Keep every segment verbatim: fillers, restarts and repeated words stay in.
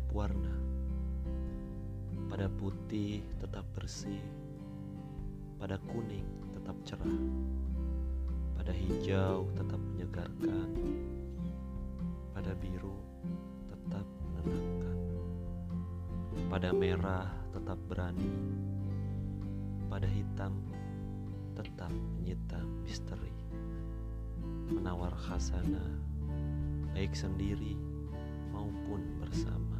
warna. Pada putih tetap bersih, pada kuning tetap cerah, pada hijau tetap menyegarkan, pada biru tetap menenangkan, pada merah tetap berani, pada hitam tetap menyita misteri, menawar khasana baik sendiri maupun bersama.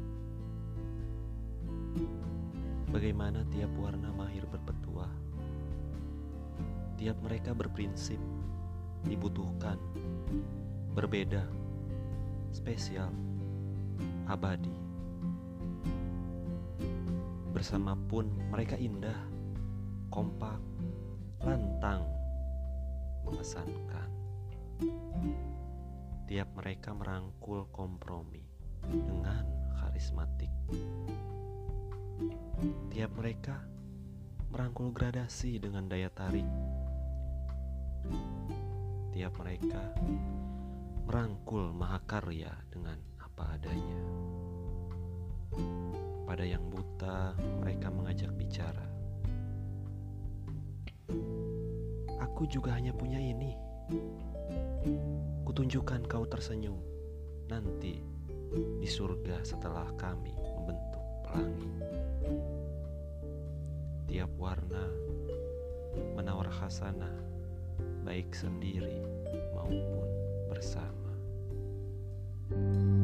Bagaimana tiap warna mahir berpetuah, tiap mereka berprinsip, dibutuhkan, berbeda, spesial, abadi. Bersama pun mereka indah, kompak, lantang, mengesankan. Tiap mereka merangkul kompromi dengan karismatik. Tiap mereka merangkul gradasi dengan daya tarik. Tiap mereka merangkul mahakarya dengan apa adanya. Pada yang buta mereka mengajak bicara. Aku juga hanya punya ini. Kutunjukkan kau tersenyum nanti di surga setelah kami membentuk pelangi. Tiap warna menawar khasanah baik sendiri maupun bersama.